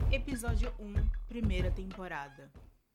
Episódio 1, primeira temporada.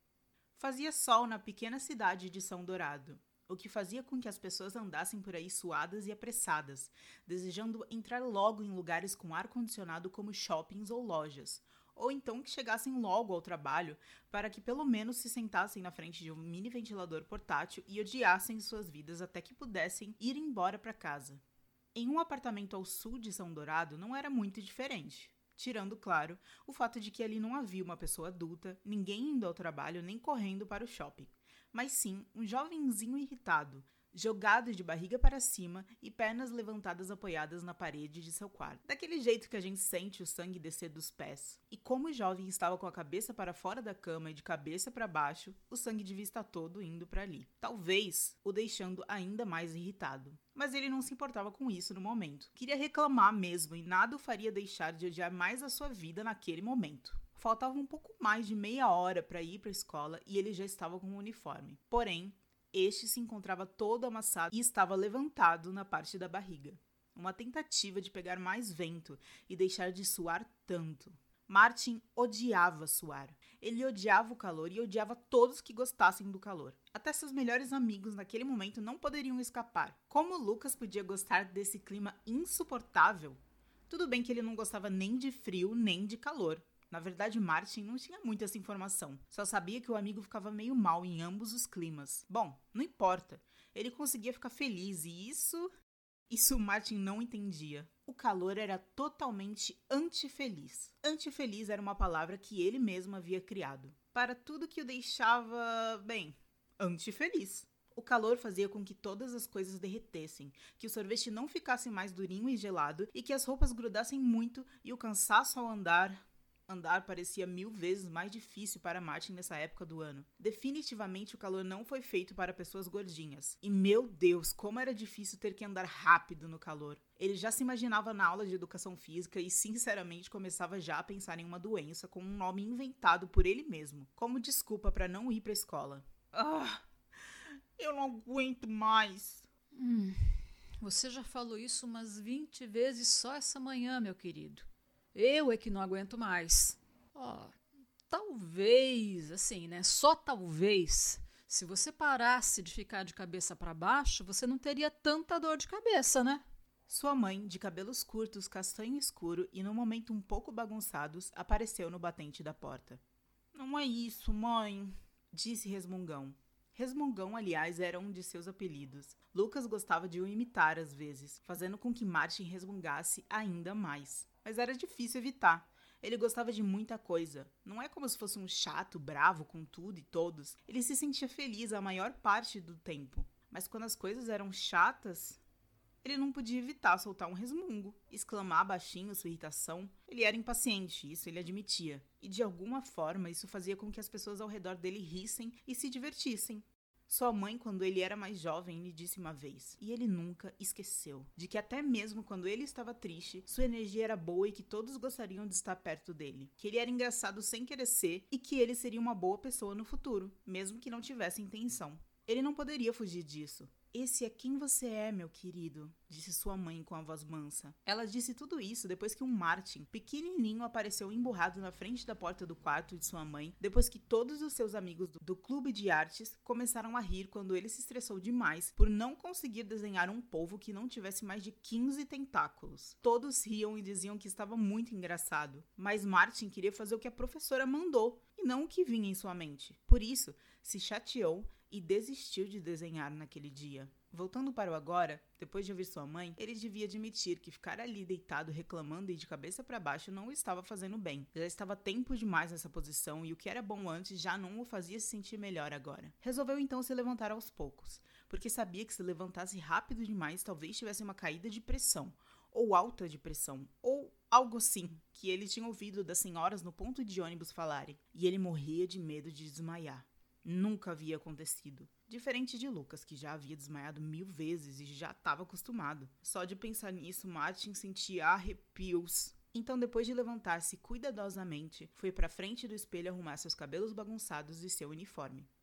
Fazia sol na pequena cidade de São Dourado, o que fazia com que as pessoas andassem por aí suadas e apressadas, desejando entrar logo em lugares com ar-condicionado como shoppings ou lojas, ou então que chegassem logo ao trabalho para que pelo menos se sentassem na frente de um mini ventilador portátil e odiassem suas vidas até que pudessem ir embora para casa. Em um apartamento ao sul de São Dourado não era muito diferente. Tirando, claro, o fato de que ali não havia uma pessoa adulta, ninguém indo ao trabalho nem correndo para o shopping, mas sim um jovenzinho irritado, jogado de barriga para cima e pernas levantadas apoiadas na parede de seu quarto. Daquele jeito que a gente sente o sangue descer dos pés. E como o jovem estava com a cabeça para fora da cama e de cabeça para baixo, o sangue devia estar todo indo para ali. Talvez o deixando ainda mais irritado. Mas ele não se importava com isso no momento. Queria reclamar mesmo e nada o faria deixar de odiar mais a sua vida naquele momento. Faltava um pouco mais de meia hora para ir para a escola e ele já estava com o uniforme. Porém, este se encontrava todo amassado e estava levantado na parte da barriga. Uma tentativa de pegar mais vento e deixar de suar tanto. Martin odiava suar. Ele odiava o calor e odiava todos que gostassem do calor. Até seus melhores amigos naquele momento não poderiam escapar. Como Lucas podia gostar desse clima insuportável? Tudo bem que ele não gostava nem de frio nem de calor. Na verdade, Martin não tinha muita essa informação. Só sabia que o amigo ficava meio mal em ambos os climas. Bom, não importa. Ele conseguia ficar feliz e isso Martin não entendia. O calor era totalmente antifeliz. Antifeliz era uma palavra que ele mesmo havia criado. Para tudo que o deixava, antifeliz. O calor fazia com que todas as coisas derretessem, que o sorvete não ficasse mais durinho e gelado e que as roupas grudassem muito e o cansaço ao andar parecia 1000 vezes mais difícil para Martin nessa época do ano. Definitivamente o calor não foi feito para pessoas gordinhas. E meu Deus, como era difícil ter que andar rápido no calor. Ele já se imaginava na aula de educação física e sinceramente começava já a pensar em uma doença com um nome inventado por ele mesmo, como desculpa para não ir para a escola. Eu não aguento mais. Você já falou isso umas 20 vezes só essa manhã, meu querido. Eu é que não aguento mais. Talvez, só talvez, se você parasse de ficar de cabeça para baixo, você não teria tanta dor de cabeça, né? Sua mãe, de cabelos curtos, castanho escuro e no momento um pouco bagunçados, apareceu no batente da porta. Não é isso, mãe, disse Resmungão. Resmungão, aliás, era um de seus apelidos. Lucas gostava de o imitar às vezes, fazendo com que Martin resmungasse ainda mais. Mas era difícil evitar. Ele gostava de muita coisa. Não é como se fosse um chato, bravo com tudo e todos. Ele se sentia feliz a maior parte do tempo. Mas quando as coisas eram chatas, ele não podia evitar soltar um resmungo, exclamar baixinho sua irritação. Ele era impaciente, isso ele admitia. E de alguma forma isso fazia com que as pessoas ao redor dele rissem e se divertissem. Sua mãe, quando ele era mais jovem, lhe disse uma vez, e ele nunca esqueceu, de que até mesmo quando ele estava triste, sua energia era boa e que todos gostariam de estar perto dele, que ele era engraçado sem querer ser e que ele seria uma boa pessoa no futuro, mesmo que não tivesse intenção. Ele não poderia fugir disso. Esse é quem você é, meu querido, disse sua mãe com a voz mansa. Ela disse tudo isso depois que um Martin, pequenininho, apareceu emburrado na frente da porta do quarto de sua mãe, depois que todos os seus amigos do clube de artes começaram a rir quando ele se estressou demais por não conseguir desenhar um polvo que não tivesse mais de 15 tentáculos. Todos riam e diziam que estava muito engraçado, mas Martin queria fazer o que a professora mandou e não o que vinha em sua mente. Por isso, se chateou e desistiu de desenhar naquele dia. Voltando para o agora, depois de ouvir sua mãe, ele devia admitir que ficar ali deitado reclamando e de cabeça para baixo não o estava fazendo bem. Já estava tempo demais nessa posição e o que era bom antes já não o fazia se sentir melhor agora. Resolveu então se levantar aos poucos, porque sabia que se levantasse rápido demais talvez tivesse uma caída de pressão, ou alta de pressão, ou algo assim, que ele tinha ouvido das senhoras no ponto de ônibus falarem, e ele morria de medo de desmaiar. Nunca havia acontecido. Diferente de Lucas, que já havia desmaiado 1000 vezes e já estava acostumado. Só de pensar nisso, Martin sentia arrepios. Então, depois de levantar-se cuidadosamente, foi para frente do espelho arrumar seus cabelos bagunçados e seu uniforme.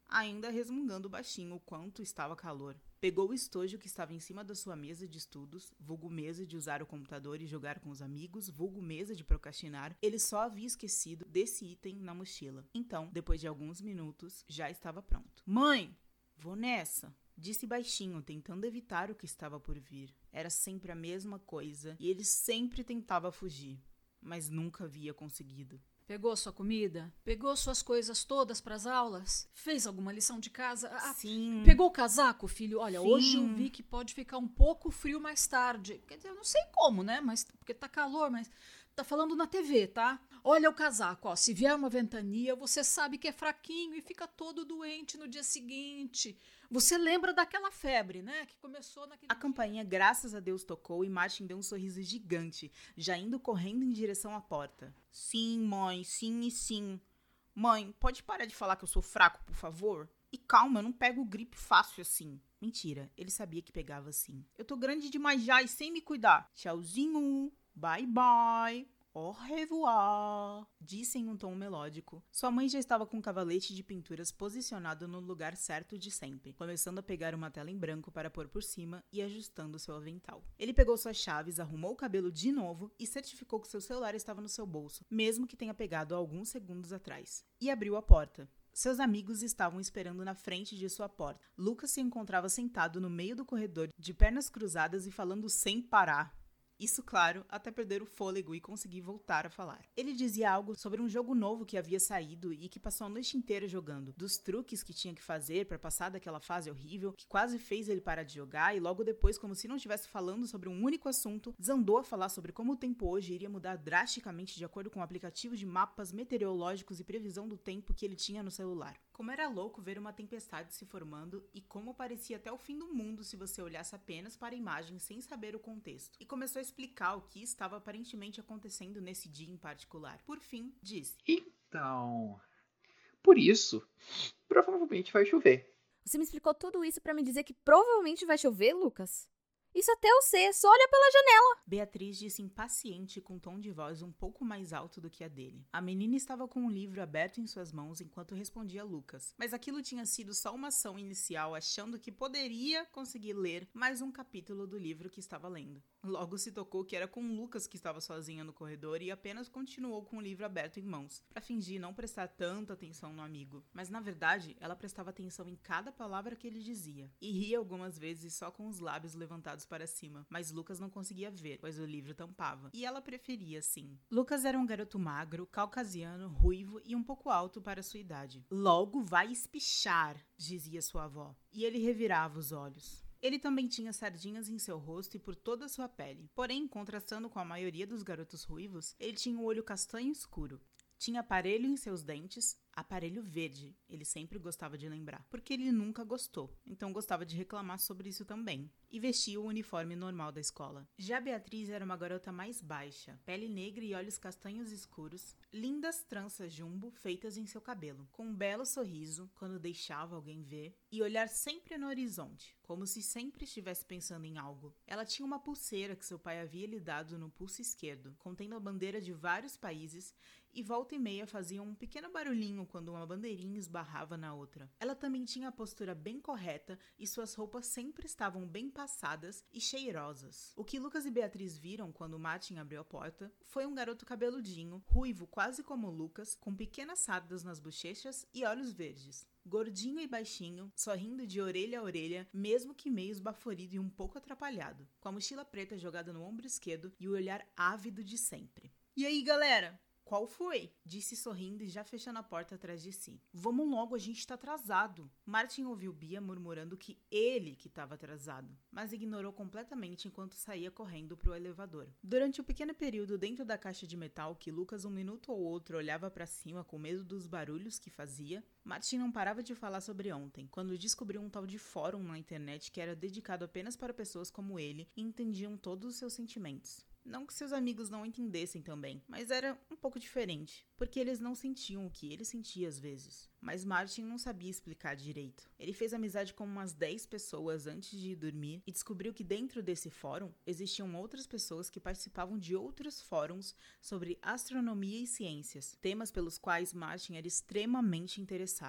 ainda resmungando baixinho o quanto estava calor. Pegou o estojo que estava em cima da sua mesa de estudos, vulgo mesa de usar o computador e jogar com os amigos, vulgo mesa de procrastinar. Ele só havia esquecido desse item na mochila. Então, depois de alguns minutos, já estava pronto. Mãe, vou nessa, disse baixinho, tentando evitar o que estava por vir. Era sempre a mesma coisa e ele sempre tentava fugir, mas nunca havia conseguido. Pegou sua comida? Pegou suas coisas todas para as aulas? Fez alguma lição de casa? Sim. Pegou o casaco, filho? Olha, Sim. Hoje eu vi que pode ficar um pouco frio mais tarde. Quer dizer, eu não sei como, né? Mas porque tá calor, mas tá falando na TV, tá? Olha o casaco, ó. Se vier uma ventania, você sabe que é fraquinho e fica todo doente no dia seguinte. Você lembra daquela febre, né? Que começou naquele A campainha, graças a Deus, tocou e Martin deu um sorriso gigante, já indo correndo em direção à porta. Sim, mãe, sim e sim. Mãe, pode parar de falar que eu sou fraco, por favor? E calma, eu não pego gripe fácil assim. Mentira, ele sabia que pegava assim. Eu tô grande demais já e sem me cuidar. Tchauzinho, bye bye. Au revoir, disse em um tom melódico. Sua mãe já estava com um cavalete de pinturas posicionado no lugar certo de sempre, começando a pegar uma tela em branco para pôr por cima e ajustando seu avental. Ele pegou suas chaves, arrumou o cabelo de novo e certificou que seu celular estava no seu bolso, mesmo que tenha pegado há alguns segundos atrás, e abriu a porta. Seus amigos estavam esperando na frente de sua porta. Lucas se encontrava sentado no meio do corredor, de pernas cruzadas e falando sem parar. Isso, claro, até perder o fôlego e conseguir voltar a falar. Ele dizia algo sobre um jogo novo que havia saído e que passou a noite inteira jogando, dos truques que tinha que fazer para passar daquela fase horrível que quase fez ele parar de jogar e logo depois, como se não estivesse falando sobre um único assunto, desandou a falar sobre como o tempo hoje iria mudar drasticamente de acordo com o aplicativo de mapas meteorológicos e previsão do tempo que ele tinha no celular. Como era louco ver uma tempestade se formando e como parecia até o fim do mundo se você olhasse apenas para a imagem sem saber o contexto. E começou a explicar o que estava aparentemente acontecendo nesse dia em particular. Por fim, disse: Então, por isso, provavelmente vai chover. Você me explicou tudo isso pra me dizer que provavelmente vai chover, Lucas? Isso até eu sei, é só olhar pela janela. Beatriz disse impaciente com um tom de voz um pouco mais alto do que a dele. A menina estava com um livro aberto em suas mãos enquanto respondia a Lucas, mas aquilo tinha sido só uma ação inicial, achando que poderia conseguir ler mais um capítulo do livro que estava lendo. Logo se tocou que era com Lucas que estava sozinha no corredor e apenas continuou com o livro aberto em mãos, para fingir não prestar tanta atenção no amigo. Mas na verdade, ela prestava atenção em cada palavra que ele dizia, e ria algumas vezes só com os lábios levantados para cima, mas Lucas não conseguia ver, pois o livro tampava. E ela preferia, sim. Lucas era um garoto magro, caucasiano, ruivo e um pouco alto para sua idade. Logo vai espichar, dizia sua avó, e ele revirava os olhos. Ele também tinha sardinhas em seu rosto e por toda a sua pele. Porém, contrastando com a maioria dos garotos ruivos, ele tinha um olho castanho escuro. Tinha aparelho em seus dentes, aparelho verde, ele sempre gostava de lembrar, porque ele nunca gostou, então gostava de reclamar sobre isso também, e vestia o uniforme normal da escola. Já Beatriz era uma garota mais baixa, pele negra e olhos castanhos escuros, lindas tranças jumbo feitas em seu cabelo, com um belo sorriso quando deixava alguém ver, e olhar sempre no horizonte, como se sempre estivesse pensando em algo. Ela tinha uma pulseira que seu pai havia lhe dado no pulso esquerdo, contendo a bandeira de vários países, e volta e meia fazia um pequeno barulhinho quando uma bandeirinha esbarrava na outra. Ela também tinha a postura bem correta e suas roupas sempre estavam bem passadas e cheirosas. O que Lucas e Beatriz viram quando Martin abriu a porta foi um garoto cabeludinho, ruivo quase como Lucas, com pequenas sardas nas bochechas e olhos verdes. Gordinho e baixinho, sorrindo de orelha a orelha, mesmo que meio esbaforido e um pouco atrapalhado, com a mochila preta jogada no ombro esquerdo e o olhar ávido de sempre. E aí, galera? Qual foi? Disse sorrindo e já fechando a porta atrás de si. Vamos logo, a gente tá atrasado. Martin ouviu Bia murmurando que ele que estava atrasado, mas ignorou completamente enquanto saía correndo pro elevador. Durante o pequeno período dentro da caixa de metal que Lucas um minuto ou outro olhava para cima com medo dos barulhos que fazia, Martin não parava de falar sobre ontem, quando descobriu um tal de fórum na internet que era dedicado apenas para pessoas como ele e entendiam todos os seus sentimentos. Não que seus amigos não entendessem também, mas era um pouco diferente, porque eles não sentiam o que ele sentia às vezes. Mas Martin não sabia explicar direito. Ele fez amizade com umas 10 pessoas antes de ir dormir e descobriu que dentro desse fórum existiam outras pessoas que participavam de outros fóruns sobre astronomia e ciências, temas pelos quais Martin era extremamente interessado.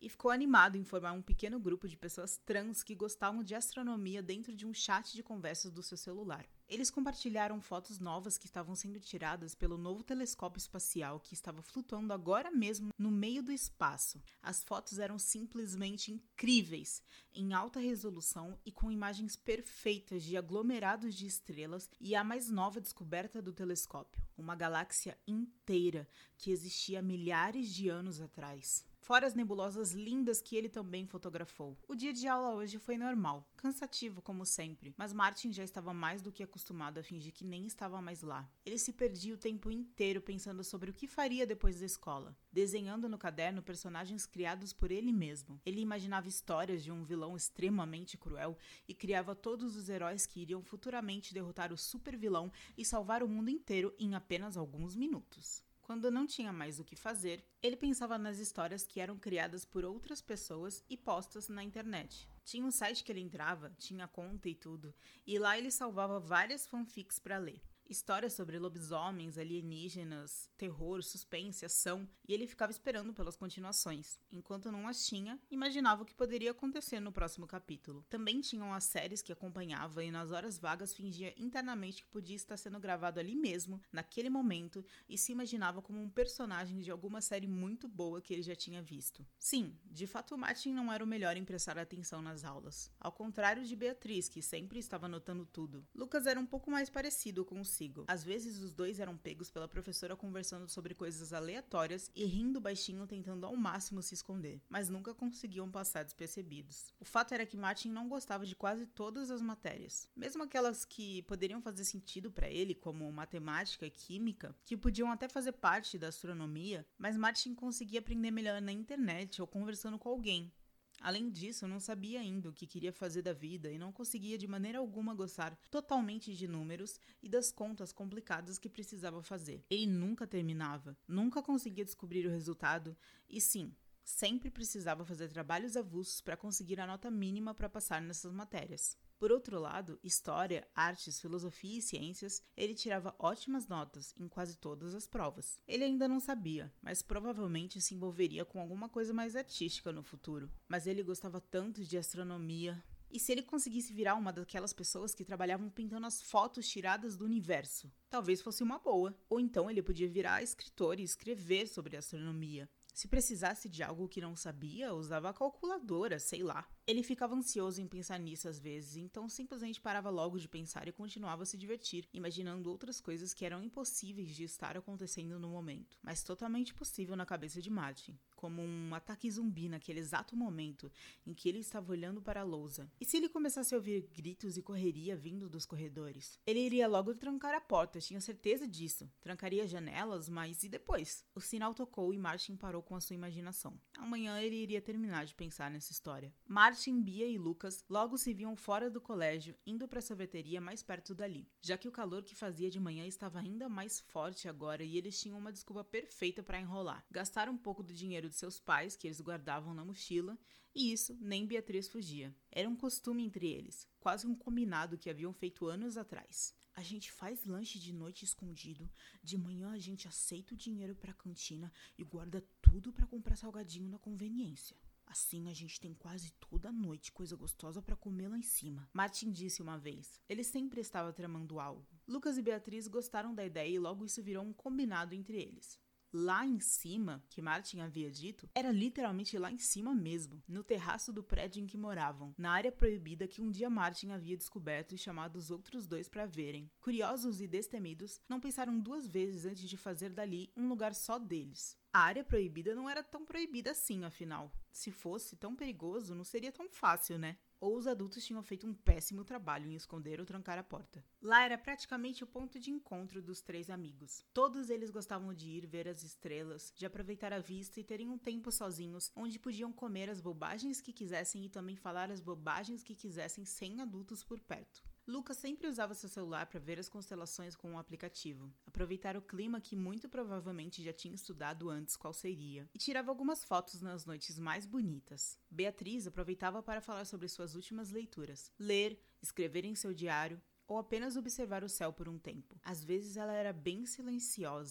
e ficou animado em formar um pequeno grupo de pessoas trans que gostavam de astronomia dentro de um chat de conversas do seu celular. Eles compartilharam fotos novas que estavam sendo tiradas pelo novo telescópio espacial que estava flutuando agora mesmo no meio do espaço. As fotos eram simplesmente incríveis, em alta resolução e com imagens perfeitas de aglomerados de estrelas e a mais nova descoberta do telescópio, uma galáxia inteira que existia milhares de anos atrás. Fora as nebulosas lindas que ele também fotografou. O dia de aula hoje foi normal, cansativo como sempre, mas Martin já estava mais do que acostumado a fingir que nem estava mais lá. Ele se perdia o tempo inteiro pensando sobre o que faria depois da escola, desenhando no caderno personagens criados por ele mesmo. Ele imaginava histórias de um vilão extremamente cruel e criava todos os heróis que iriam futuramente derrotar o super vilão e salvar o mundo inteiro em apenas alguns minutos. Quando não tinha mais o que fazer, ele pensava nas histórias que eram criadas por outras pessoas e postas na internet. Tinha um site que ele entrava, tinha conta e tudo, e lá ele salvava várias fanfics para ler. Histórias sobre lobisomens, alienígenas, terror, suspense, ação, e ele ficava esperando pelas continuações. Enquanto não as tinha, imaginava o que poderia acontecer no próximo capítulo. Também tinham as séries que acompanhava e nas horas vagas fingia internamente que podia estar sendo gravado ali mesmo, naquele momento, e se imaginava como um personagem de alguma série muito boa que ele já tinha visto. Sim, de fato Martin não era o melhor em prestar atenção nas aulas. Ao contrário de Beatriz, que sempre estava anotando tudo. Lucas era um pouco mais parecido com o Às vezes os dois eram pegos pela professora conversando sobre coisas aleatórias e rindo baixinho tentando ao máximo se esconder, mas nunca conseguiam passar despercebidos. O fato era que Martin não gostava de quase todas as matérias, mesmo aquelas que poderiam fazer sentido para ele, como matemática e química, que podiam até fazer parte da astronomia, mas Martin conseguia aprender melhor na internet ou conversando com alguém. Além disso, não sabia ainda o que queria fazer da vida e não conseguia de maneira alguma gostar totalmente de números e das contas complicadas que precisava fazer. Ele nunca terminava, nunca conseguia descobrir o resultado e sim, sempre precisava fazer trabalhos avulsos para conseguir a nota mínima para passar nessas matérias. Por outro lado, história, artes, filosofia e ciências, ele tirava ótimas notas em quase todas as provas. Ele ainda não sabia, mas provavelmente se envolveria com alguma coisa mais artística no futuro. Mas ele gostava tanto de astronomia. E se ele conseguisse virar uma daquelas pessoas que trabalhavam pintando as fotos tiradas do universo? Talvez fosse uma boa. Ou então ele podia virar escritor e escrever sobre astronomia. Se precisasse de algo que não sabia, usava a calculadora, sei lá. Ele ficava ansioso em pensar nisso às vezes, então simplesmente parava logo de pensar e continuava a se divertir, imaginando outras coisas que eram impossíveis de estar acontecendo no momento, mas totalmente possível na cabeça de Martin, como um ataque zumbi naquele exato momento em que ele estava olhando para a lousa. E se ele começasse a ouvir gritos e correria vindo dos corredores? Ele iria logo trancar a porta, tinha certeza disso. Trancaria as janelas, mas e depois? O sinal tocou e Martin parou com a sua imaginação. Amanhã ele iria terminar de pensar nessa história. Martin, Bia e Lucas logo se viam fora do colégio, indo para a sorveteria mais perto dali, já que o calor que fazia de manhã estava ainda mais forte agora e eles tinham uma desculpa perfeita para enrolar. Gastaram um pouco do dinheiro de seus pais, que eles guardavam na mochila, e isso nem Beatriz fugia. Era um costume entre eles, quase um combinado que haviam feito anos atrás. A gente faz lanche de noite escondido, de manhã a gente aceita o dinheiro pra cantina e guarda tudo pra comprar salgadinho na conveniência. Assim a gente tem quase toda a noite coisa gostosa pra comer lá em cima. Martin disse uma vez. Ele sempre estava tramando algo. Lucas e Beatriz gostaram da ideia e logo isso virou um combinado entre eles. Lá em cima, que Martin havia dito, era literalmente lá em cima mesmo, no terraço do prédio em que moravam, na área proibida que um dia Martin havia descoberto e chamado os outros dois para verem. Curiosos e destemidos, não pensaram duas vezes antes de fazer dali um lugar só deles. A área proibida não era tão proibida assim, afinal. Se fosse tão perigoso, não seria tão fácil, né? Ou os adultos tinham feito um péssimo trabalho em esconder ou trancar a porta. Lá era praticamente o ponto de encontro dos três amigos. Todos eles gostavam de ir ver as estrelas, de aproveitar a vista e terem um tempo sozinhos, onde podiam comer as bobagens que quisessem e também falar as bobagens que quisessem sem adultos por perto. Lucas sempre usava seu celular para ver as constelações com um aplicativo, aproveitar o clima que muito provavelmente já tinha estudado antes qual seria, e tirava algumas fotos nas noites mais bonitas. Beatriz aproveitava para falar sobre suas últimas leituras, ler, escrever em seu diário, ou apenas observar o céu por um tempo. Às vezes ela era bem silenciosa,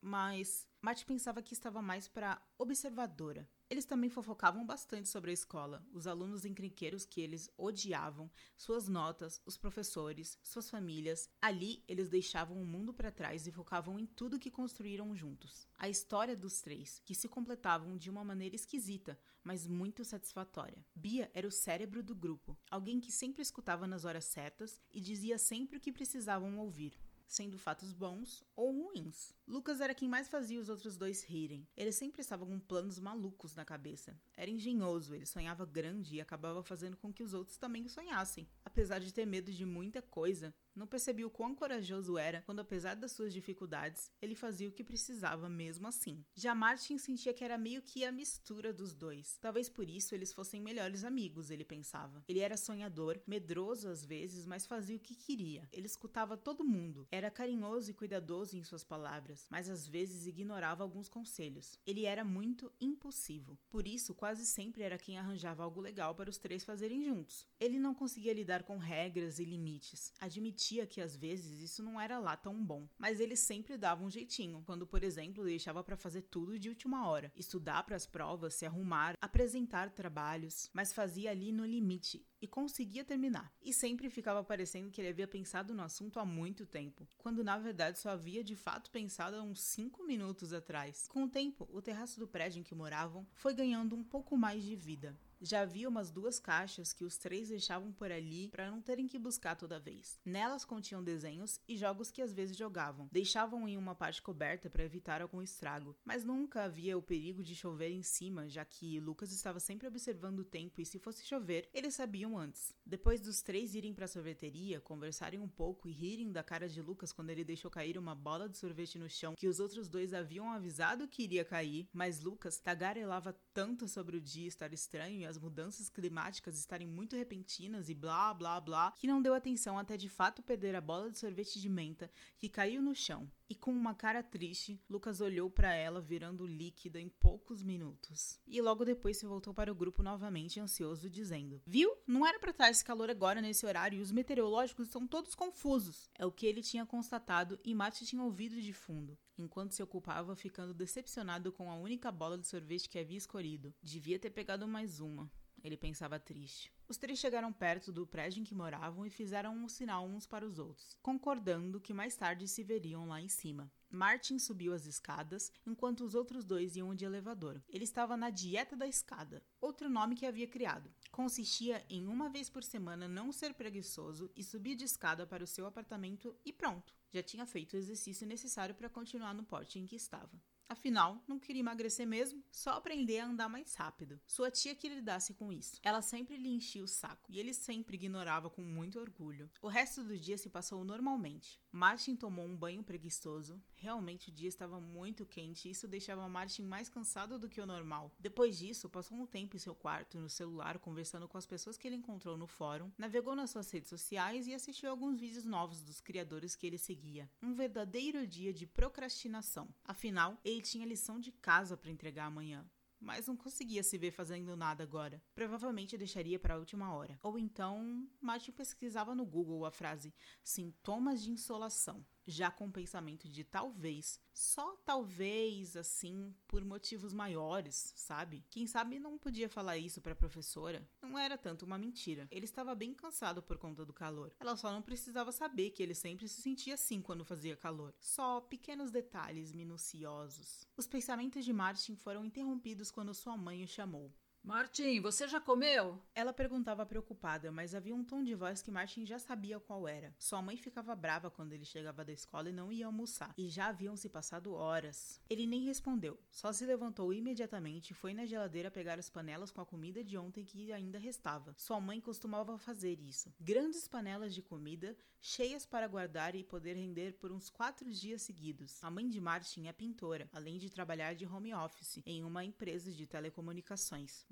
mas Marty pensava que estava mais para observadora. Eles também fofocavam bastante sobre a escola, os alunos encrenqueiros que eles odiavam, suas notas, os professores, suas famílias. Ali, eles deixavam o mundo para trás e focavam em tudo que construíram juntos. A história dos três, que se completavam de uma maneira esquisita, mas muito satisfatória. Bia era o cérebro do grupo, alguém que sempre escutava nas horas certas e dizia sempre o que precisavam ouvir, sendo fatos bons ou ruins. Lucas era quem mais fazia os outros dois rirem. Ele sempre estava com planos malucos na cabeça. Era engenhoso, ele sonhava grande e acabava fazendo com que os outros também sonhassem. Apesar de ter medo de muita coisa, não percebia o quão corajoso era quando, apesar das suas dificuldades, ele fazia o que precisava mesmo assim. Já Martin sentia que era meio que a mistura dos dois. Talvez por isso eles fossem melhores amigos, ele pensava. Ele era sonhador, medroso às vezes, mas fazia o que queria. Ele escutava todo mundo. Era carinhoso e cuidadoso em suas palavras, mas às vezes ignorava alguns conselhos. Ele era muito impulsivo. Por isso, quase sempre era quem arranjava algo legal para os três fazerem juntos. Ele não conseguia lidar com regras e limites. Admitia que às vezes isso não era lá tão bom, mas ele sempre dava um jeitinho, quando, por exemplo, deixava para fazer tudo de última hora, estudar para as provas, se arrumar, apresentar trabalhos, mas fazia ali no limite e conseguia terminar. E sempre ficava parecendo que ele havia pensado no assunto há muito tempo, quando na verdade só havia de fato pensado há uns 5 minutos atrás. Com o tempo, o terraço do prédio em que moravam foi ganhando um pouco mais de vida. Já havia umas 2 caixas que os três deixavam por ali para não terem que buscar toda vez. Nelas continham desenhos e jogos que às vezes jogavam. Deixavam em uma parte coberta para evitar algum estrago, mas nunca havia o perigo de chover em cima, já que Lucas estava sempre observando o tempo e se fosse chover, eles sabiam antes. Depois dos três irem para a sorveteria, conversarem um pouco e rirem da cara de Lucas quando ele deixou cair uma bola de sorvete no chão que os outros dois haviam avisado que iria cair, mas Lucas tagarelava tanto sobre o dia estar estranho e as mudanças climáticas estarem muito repentinas e blá blá blá, que não deu atenção até de fato perder a bola de sorvete de menta que caiu no chão. E com uma cara triste, Lucas olhou para ela virando líquida em poucos minutos. E logo depois se voltou para o grupo novamente ansioso, dizendo: "Viu? Não era para estar esse calor agora nesse horário e os meteorológicos estão todos confusos." É o que ele tinha constatado e Marty tinha ouvido de fundo, enquanto se ocupava ficando decepcionado com a única bola de sorvete que havia escolhido. Devia ter pegado mais uma, ele pensava triste. Os três chegaram perto do prédio em que moravam e fizeram um sinal uns para os outros, concordando que mais tarde se veriam lá em cima. Martin subiu as escadas, enquanto os outros dois iam de elevador. Ele estava na dieta da escada, outro nome que havia criado. Consistia em uma vez por semana não ser preguiçoso e subir de escada para o seu apartamento e pronto. Já tinha feito o exercício necessário para continuar no porte em que estava. Afinal, não queria emagrecer mesmo, só aprender a andar mais rápido. Sua tia que lidasse com isso. Ela sempre lhe enchia o saco, e ele sempre ignorava com muito orgulho. O resto do dia se passou normalmente. Martin tomou um banho preguiçoso. Realmente o dia estava muito quente e isso deixava Martin mais cansado do que o normal. Depois disso, passou um tempo em seu quarto, no celular, conversando com as pessoas que ele encontrou no fórum, navegou nas suas redes sociais e assistiu alguns vídeos novos dos criadores que ele seguia. Um verdadeiro dia de procrastinação. Afinal, ele tinha lição de casa para entregar amanhã, mas não conseguia se ver fazendo nada agora. Provavelmente deixaria para a última hora. Ou então, Martin pesquisava no Google a frase sintomas de insolação, já com o pensamento de talvez, só talvez, assim, por motivos maiores, sabe? Quem sabe não podia falar isso para a professora. Não era tanto uma mentira. Ele estava bem cansado por conta do calor. Ela só não precisava saber que ele sempre se sentia assim quando fazia calor. Só pequenos detalhes minuciosos. Os pensamentos de Martin foram interrompidos quando sua mãe o chamou. Martin, você já comeu? Ela perguntava preocupada, mas havia um tom de voz que Martin já sabia qual era. Sua mãe ficava brava quando ele chegava da escola e não ia almoçar. E já haviam se passado horas. Ele nem respondeu, só se levantou imediatamente e foi na geladeira pegar as panelas com a comida de ontem que ainda restava. Sua mãe costumava fazer isso. Grandes panelas de comida, cheias para guardar e poder render por uns 4 dias seguidos. A mãe de Martin é pintora, além de trabalhar de home office em uma empresa de telecomunicações.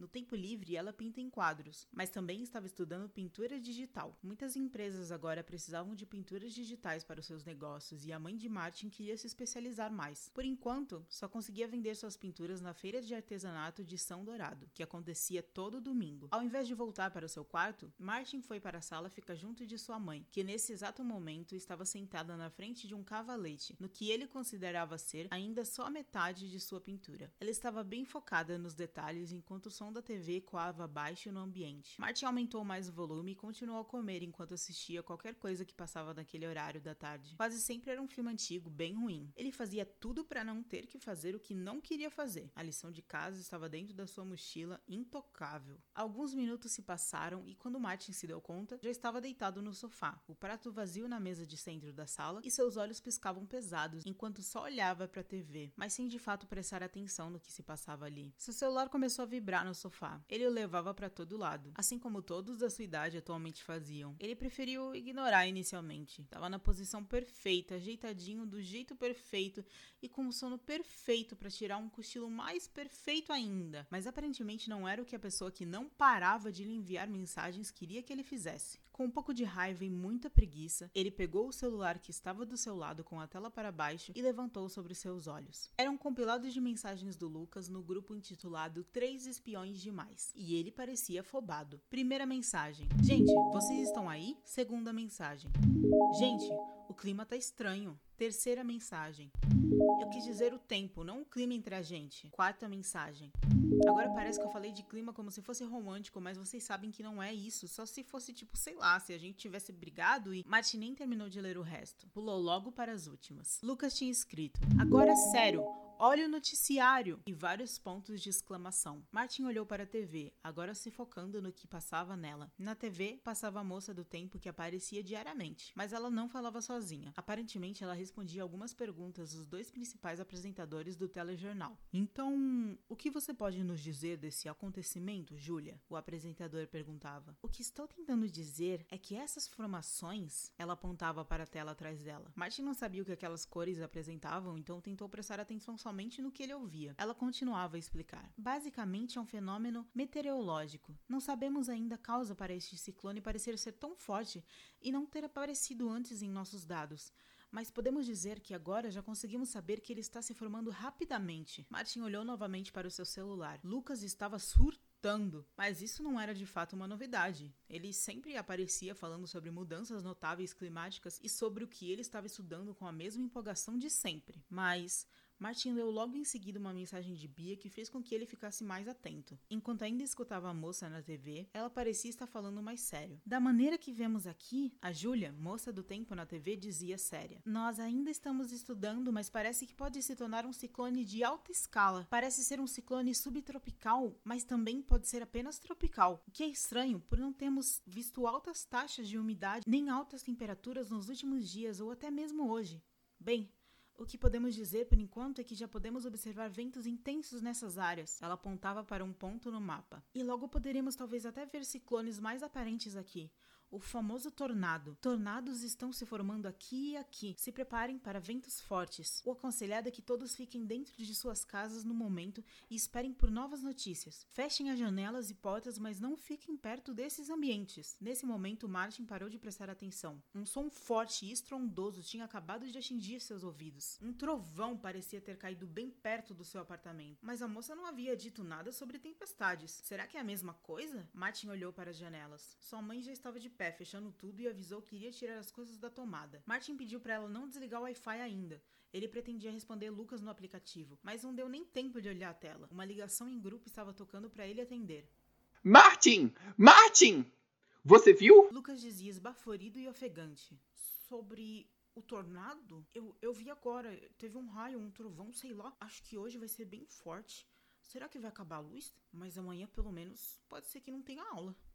No tempo livre, ela pinta em quadros, mas também estava estudando pintura digital. Muitas empresas agora precisavam de pinturas digitais para os seus negócios e a mãe de Martin queria se especializar mais. Por enquanto, só conseguia vender suas pinturas na feira de artesanato de São Dourado, que acontecia todo domingo. Ao invés de voltar para o seu quarto, Martin foi para a sala ficar junto de sua mãe, que nesse exato momento estava sentada na frente de um cavalete, no que ele considerava ser ainda só a metade de sua pintura. Ela estava bem focada nos detalhes enquanto o som da TV ecoava baixo no ambiente. Martin aumentou mais o volume e continuou a comer enquanto assistia qualquer coisa que passava naquele horário da tarde. Quase sempre era um filme antigo, bem ruim. Ele fazia tudo para não ter que fazer o que não queria fazer. A lição de casa estava dentro da sua mochila, intocável. Alguns minutos se passaram e quando Martin se deu conta, já estava deitado no sofá, o prato vazio na mesa de centro da sala e seus olhos piscavam pesados enquanto só olhava para a TV, mas sem de fato prestar atenção no que se passava ali. Seu celular começou a vibrar no sofá. Ele o levava para todo lado, assim como todos da sua idade atualmente faziam. Ele preferiu ignorar inicialmente. Estava na posição perfeita, ajeitadinho do jeito perfeito e com o sono perfeito para tirar um cochilo mais perfeito ainda. Mas aparentemente não era o que a pessoa que não parava de lhe enviar mensagens queria que ele fizesse. Com um pouco de raiva e muita preguiça, ele pegou o celular que estava do seu lado com a tela para baixo e levantou sobre seus olhos. Era um compilado de mensagens do Lucas no grupo intitulado 3 Espiões Demais, e ele parecia afobado. Primeira mensagem: gente, vocês estão aí? Segunda mensagem: gente, o clima tá estranho. Terceira mensagem: eu quis dizer o tempo, não o clima entre a gente. Quarta mensagem: agora parece que eu falei de clima como se fosse romântico, mas vocês sabem que não é isso. Só se fosse tipo, sei lá, se a gente tivesse brigado e... Martin nem terminou de ler o resto. Pulou logo para as últimas. Lucas tinha escrito: agora sério, olha o noticiário! E vários pontos de exclamação. Martin olhou para a TV, agora se focando no que passava nela. Na TV, passava a moça do tempo que aparecia diariamente, mas ela não falava sozinha. Aparentemente, ela respondia algumas perguntas dos dois principais apresentadores do telejornal. Então, o que você pode nos dizer desse acontecimento, Júlia? O apresentador perguntava. O que estou tentando dizer é que essas formações... Ela apontava para a tela atrás dela. Martin não sabia o que aquelas cores apresentavam, então tentou prestar atenção somente no que ele ouvia. Ela continuava a explicar. Basicamente é um fenômeno meteorológico. Não sabemos ainda a causa para este ciclone parecer ser tão forte e não ter aparecido antes em nossos dados. Mas podemos dizer que agora já conseguimos saber que ele está se formando rapidamente. Martin olhou novamente para o seu celular. Lucas estava surtando. Mas isso não era de fato uma novidade. Ele sempre aparecia falando sobre mudanças notáveis climáticas e sobre o que ele estava estudando com a mesma empolgação de sempre. Mas... Martin leu logo em seguida uma mensagem de Bia que fez com que ele ficasse mais atento. Enquanto ainda escutava a moça na TV, ela parecia estar falando mais sério. Da maneira que vemos aqui, a Júlia, moça do tempo na TV, dizia séria. Nós ainda estamos estudando, mas parece que pode se tornar um ciclone de alta escala. Parece ser um ciclone subtropical, mas também pode ser apenas tropical. O que é estranho, por não termos visto altas taxas de umidade nem altas temperaturas nos últimos dias ou até mesmo hoje. Bem... O que podemos dizer, por enquanto, é que já podemos observar ventos intensos nessas áreas. Ela apontava para um ponto no mapa. E logo poderemos talvez até ver ciclones mais aparentes aqui. O famoso tornado. Tornados estão se formando aqui e aqui. Se preparem para ventos fortes. O aconselhado é que todos fiquem dentro de suas casas no momento e esperem por novas notícias. Fechem as janelas e portas, mas não fiquem perto desses ambientes. Nesse momento, Martin parou de prestar atenção. Um som forte e estrondoso tinha acabado de atingir seus ouvidos. Um trovão parecia ter caído bem perto do seu apartamento. Mas a moça não havia dito nada sobre tempestades. Será que é a mesma coisa? Martin olhou para as janelas. Sua mãe já estava de pé, fechando tudo, e avisou que iria tirar as coisas da tomada. Martin pediu para ela não desligar o Wi-Fi ainda. Ele pretendia responder Lucas no aplicativo, mas não deu nem tempo de olhar a tela. Uma ligação em grupo estava tocando para ele atender. Martin! Martin! Você viu? Lucas dizia esbaforido e ofegante. Sobre o tornado? Eu vi agora. Teve um raio, um trovão, sei lá. Acho que hoje vai ser bem forte. Será que vai acabar a luz? Mas amanhã, pelo menos, pode ser que não tenha aula.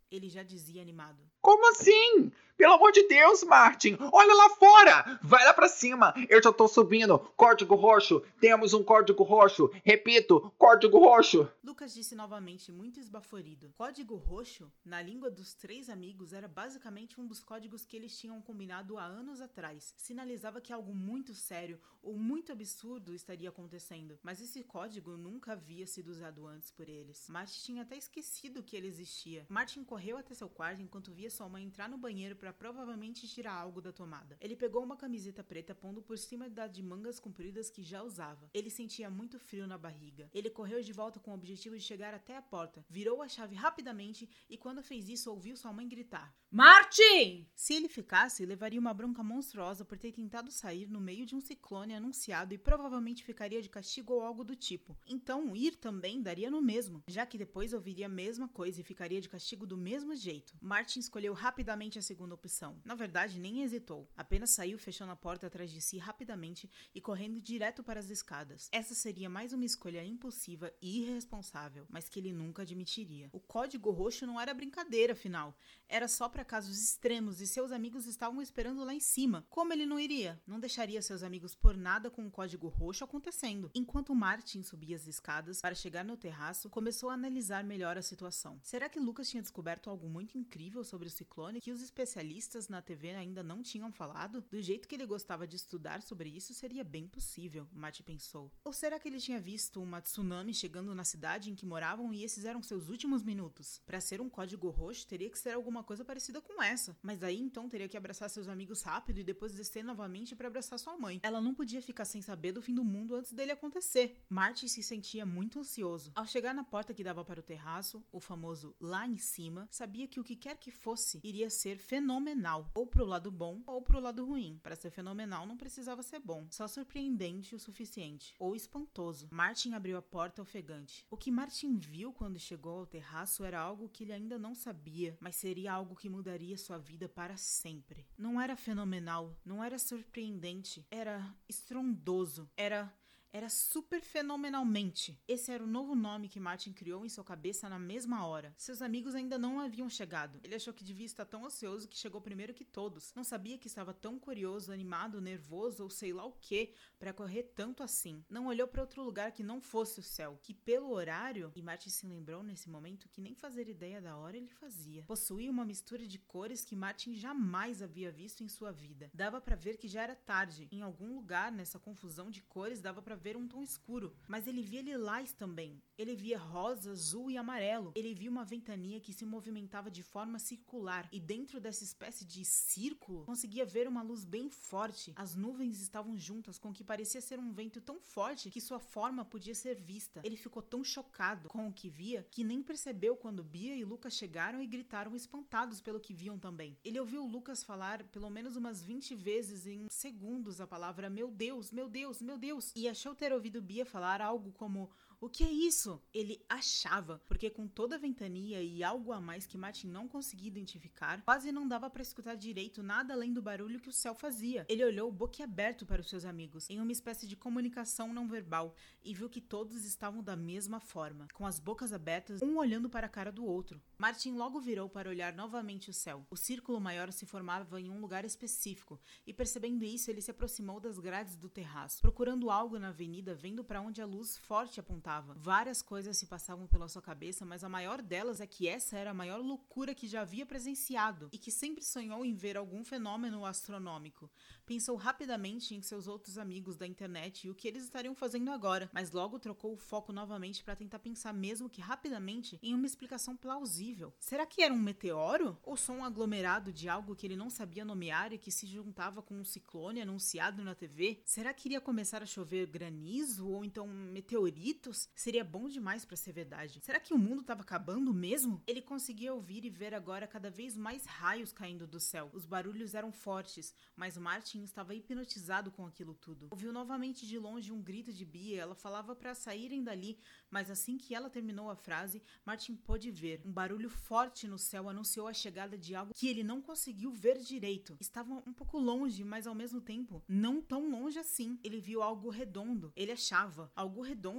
ele já dizia animado. Como assim? Pelo amor de Deus, Martin! Olha lá fora! Vai lá pra cima! Eu já tô subindo! Código roxo! Temos um código roxo! Repito, código roxo! Lucas disse novamente, muito esbaforido. Código roxo, na língua dos 3 amigos, era basicamente um dos códigos que eles tinham combinado há anos atrás. Sinalizava que algo muito sério ou muito absurdo estaria acontecendo. Mas esse código nunca havia sido usado antes por eles. Martin tinha até esquecido que ele existia. Martin correu até seu quarto enquanto via sua mãe entrar no banheiro para provavelmente tirar algo da tomada. Ele pegou uma camiseta preta pondo por cima da de mangas compridas que já usava. Ele sentia muito frio na barriga. Ele correu de volta com o objetivo de chegar até a porta, virou a chave rapidamente e quando fez isso ouviu sua mãe gritar: Martin! Se ele ficasse, levaria uma bronca monstruosa por ter tentado sair no meio de um ciclone anunciado e provavelmente ficaria de castigo ou algo do tipo. Então, ir também daria no mesmo, já que depois ouviria a mesma coisa e ficaria de castigo do mesmo jeito. Martin escolheu rapidamente a segunda opção. Na verdade, nem hesitou. Apenas saiu fechando a porta atrás de si rapidamente e correndo direto para as escadas. Essa seria mais uma escolha impulsiva e irresponsável, mas que ele nunca admitiria. O código roxo não era brincadeira, afinal. Era só para casos extremos e seus amigos estavam esperando lá em cima. Como ele não iria? Não deixaria seus amigos por nada com o código roxo acontecendo. Enquanto Martin subia as escadas para chegar no terraço, começou a analisar melhor a situação. Será que Lucas tinha descoberto algo muito incrível sobre o ciclone que os especialistas na TV ainda não tinham falado? Do jeito que ele gostava de estudar sobre isso, seria bem possível, Martin pensou. Ou será que ele tinha visto uma tsunami chegando na cidade em que moravam e esses eram seus últimos minutos? Para ser um código roxo, teria que ser alguma coisa parecida com essa. Mas aí então teria que abraçar seus amigos rápido e depois descer novamente para abraçar sua mãe. Ela não podia ficar sem saber do fim do mundo antes dele acontecer. Martin se sentia muito ansioso. Ao chegar na porta que dava para o terraço, o famoso lá em cima, sabia que o que quer que fosse iria ser fenomenal. Ou pro lado bom ou pro lado ruim. Para ser fenomenal não precisava ser bom, só surpreendente o suficiente. Ou espantoso. Martin abriu a porta ofegante. O que Martin viu quando chegou ao terraço era algo que ele ainda não sabia, mas seria algo que mudaria sua vida para sempre. Não era fenomenal, não era surpreendente, era estrondoso, era super fenomenalmente. Esse era o novo nome que Martin criou em sua cabeça na mesma hora. Seus amigos ainda não haviam chegado. Ele achou que devia estar tão ansioso que chegou primeiro que todos. Não sabia que estava tão curioso, animado, nervoso ou sei lá o que para correr tanto assim. Não olhou para outro lugar que não fosse o céu, que pelo horário, e Martin se lembrou nesse momento que nem fazer ideia da hora ele fazia. Possuía uma mistura de cores que Martin jamais havia visto em sua vida. Dava para ver que já era tarde. Em algum lugar nessa confusão de cores dava para ver um tom escuro, mas ele via lilás também. Ele via rosa, azul e amarelo. Ele via uma ventania que se movimentava de forma circular e dentro dessa espécie de círculo conseguia ver uma luz bem forte. As nuvens estavam juntas com o que parecia ser um vento tão forte que sua forma podia ser vista. Ele ficou tão chocado com o que via que nem percebeu quando Bia e Lucas chegaram e gritaram espantados pelo que viam também. Ele ouviu Lucas falar pelo menos umas 20 vezes em segundos a palavra meu Deus, meu Deus, meu Deus, e achou ter ouvido Bia falar algo como: o que é isso? Ele achava, porque com toda a ventania e algo a mais que Martin não conseguia identificar, quase não dava para escutar direito nada além do barulho que o céu fazia. Ele olhou boquiaberto para os seus amigos, em uma espécie de comunicação não verbal, e viu que todos estavam da mesma forma, com as bocas abertas, um olhando para a cara do outro. Martin logo virou para olhar novamente o céu. O círculo maior se formava em um lugar específico, e percebendo isso, ele se aproximou das grades do terraço, procurando algo na avenida, vendo para onde a luz forte apontava. Várias coisas se passavam pela sua cabeça, mas a maior delas é que essa era a maior loucura que já havia presenciado e que sempre sonhou em ver algum fenômeno astronômico. Pensou rapidamente em seus outros amigos da internet e o que eles estariam fazendo agora, mas logo trocou o foco novamente para tentar pensar mesmo que rapidamente em uma explicação plausível. Será que era um meteoro? Ou só um aglomerado de algo que ele não sabia nomear e que se juntava com um ciclone anunciado na TV? Será que iria começar a chover granizo ou então meteoritos? Seria bom demais para ser verdade. Será que o mundo estava acabando mesmo? Ele conseguia ouvir e ver agora cada vez mais raios caindo do céu. Os barulhos eram fortes, mas Martin estava hipnotizado com aquilo tudo. Ouviu novamente de longe um grito de Bia. Ela falava para saírem dali, mas assim que ela terminou a frase, Martin pôde ver. Um barulho forte no céu anunciou a chegada de algo que ele não conseguiu ver direito. Estava um pouco longe, mas ao mesmo tempo não tão longe assim. Ele viu algo redondo. Ele achava algo redondo cair do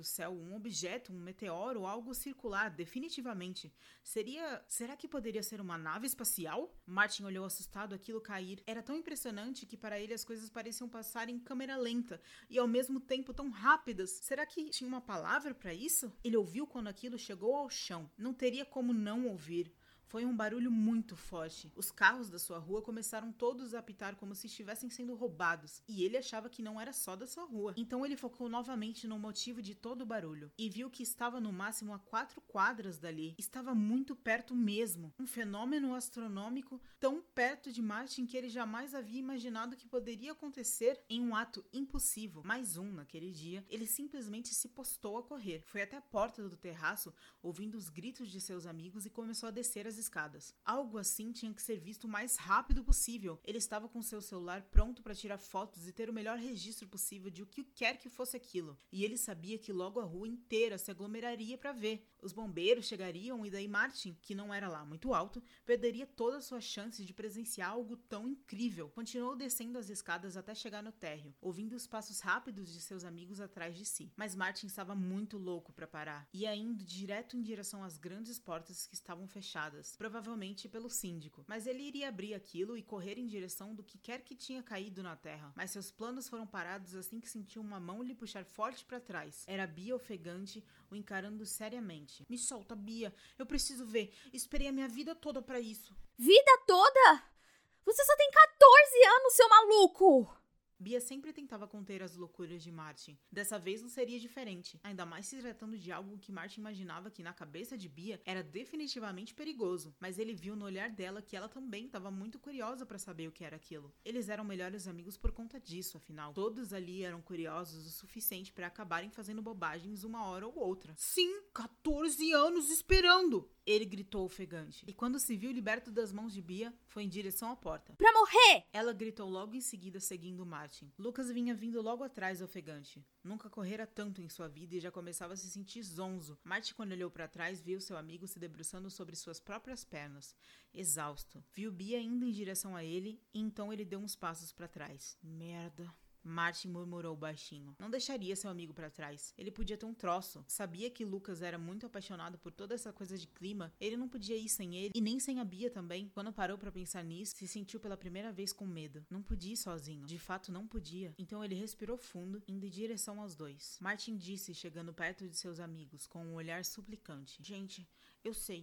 céu um objeto, um meteoro, algo circular, definitivamente. Será que poderia ser uma nave espacial? Martin olhou assustado aquilo cair. Era tão impressionante que para ele as coisas pareciam passar em câmera lenta e ao mesmo tempo tão rápidas. Será que tinha uma palavra para isso? Ele ouviu quando aquilo chegou ao chão. Não teria como não ouvir. Foi um barulho muito forte. Os carros da sua rua começaram todos a apitar como se estivessem sendo roubados, e ele achava que não era só da sua rua. Então ele focou novamente no motivo de todo o barulho, e viu que estava no máximo a 4 quadras dali. Estava muito perto mesmo. Um fenômeno astronômico tão perto de Martin que ele jamais havia imaginado que poderia acontecer em um ato impossível. Mais um naquele dia, ele simplesmente se postou a correr. Foi até a porta do terraço, ouvindo os gritos de seus amigos, e começou a descer as escadas. Algo assim tinha que ser visto o mais rápido possível. Ele estava com seu celular pronto para tirar fotos e ter o melhor registro possível de o que quer que fosse aquilo. E ele sabia que logo a rua inteira se aglomeraria para ver. Os bombeiros chegariam e daí Martin, que não era lá muito alto, perderia toda a sua chance de presenciar algo tão incrível. Continuou descendo as escadas até chegar no térreo, ouvindo os passos rápidos de seus amigos atrás de si. Mas Martin estava muito louco para parar. Ia indo direto em direção às grandes portas que estavam fechadas, provavelmente pelo síndico. Mas ele iria abrir aquilo e correr em direção do que quer que tinha caído na terra. Mas seus planos foram parados assim que sentiu uma mão lhe puxar forte para trás. Era Bia ofegante, o encarando seriamente. Me solta, Bia. Eu preciso ver. Esperei a minha vida toda pra isso. Vida toda? Você só tem 14 anos, seu maluco! Bia sempre tentava conter as loucuras de Martin. Dessa vez não seria diferente, ainda mais se tratando de algo que Martin imaginava que na cabeça de Bia era definitivamente perigoso, mas ele viu no olhar dela que ela também estava muito curiosa para saber o que era aquilo. Eles eram melhores amigos por conta disso, afinal. Todos ali eram curiosos o suficiente para acabarem fazendo bobagens uma hora ou outra. Sim, 14 anos esperando! Ele gritou ofegante. E quando se viu liberto das mãos de Bia, foi em direção à porta. Pra morrer! Ela gritou logo em seguida, seguindo Martin. Lucas vinha vindo logo atrás, ofegante. Nunca correra tanto em sua vida e já começava a se sentir zonzo. Martin, quando olhou para trás, viu seu amigo se debruçando sobre suas próprias pernas, exausto. Viu Bia indo em direção a ele e então ele deu uns passos para trás. Merda. Martin murmurou baixinho. Não deixaria seu amigo pra trás. Ele podia ter um troço. Sabia que Lucas era muito apaixonado por toda essa coisa de clima. Ele não podia ir sem ele e nem sem a Bia também. Quando parou pra pensar nisso, se sentiu pela primeira vez com medo. Não podia ir sozinho. De fato, não podia. Então ele respirou fundo, indo em direção aos dois. Martin disse, chegando perto de seus amigos, com um olhar suplicante. Gente, eu sei.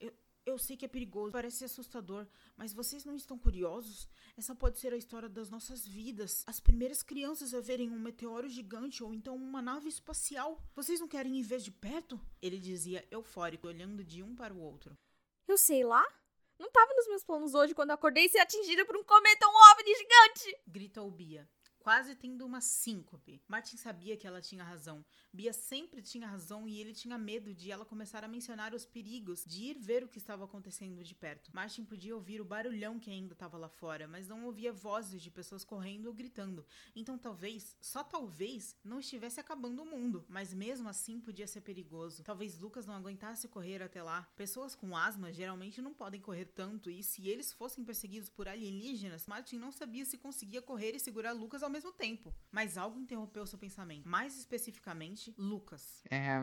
Eu sei que é perigoso, parece assustador, mas vocês não estão curiosos? Essa pode ser a história das nossas vidas. As primeiras crianças a verem um meteoro gigante ou então uma nave espacial. Vocês não querem ir ver de perto? Ele dizia eufórico, olhando de um para o outro. Eu sei lá. Não tava nos meus planos hoje quando eu acordei ser atingida por um cometa ou um OVNI gigante! Gritou Bia, quase tendo uma síncope. Martin sabia que ela tinha razão. Bia sempre tinha razão e ele tinha medo de ela começar a mencionar os perigos de ir ver o que estava acontecendo de perto. Martin podia ouvir o barulhão que ainda estava lá fora, mas não ouvia vozes de pessoas correndo ou gritando. Então talvez, só talvez, não estivesse acabando o mundo. Mas mesmo assim podia ser perigoso. Talvez Lucas não aguentasse correr até lá. Pessoas com asma geralmente não podem correr tanto e se eles fossem perseguidos por alienígenas, Martin não sabia se conseguia correr e segurar Lucas ao mesmo tempo. Mas algo interrompeu seu pensamento. Mais especificamente, Lucas.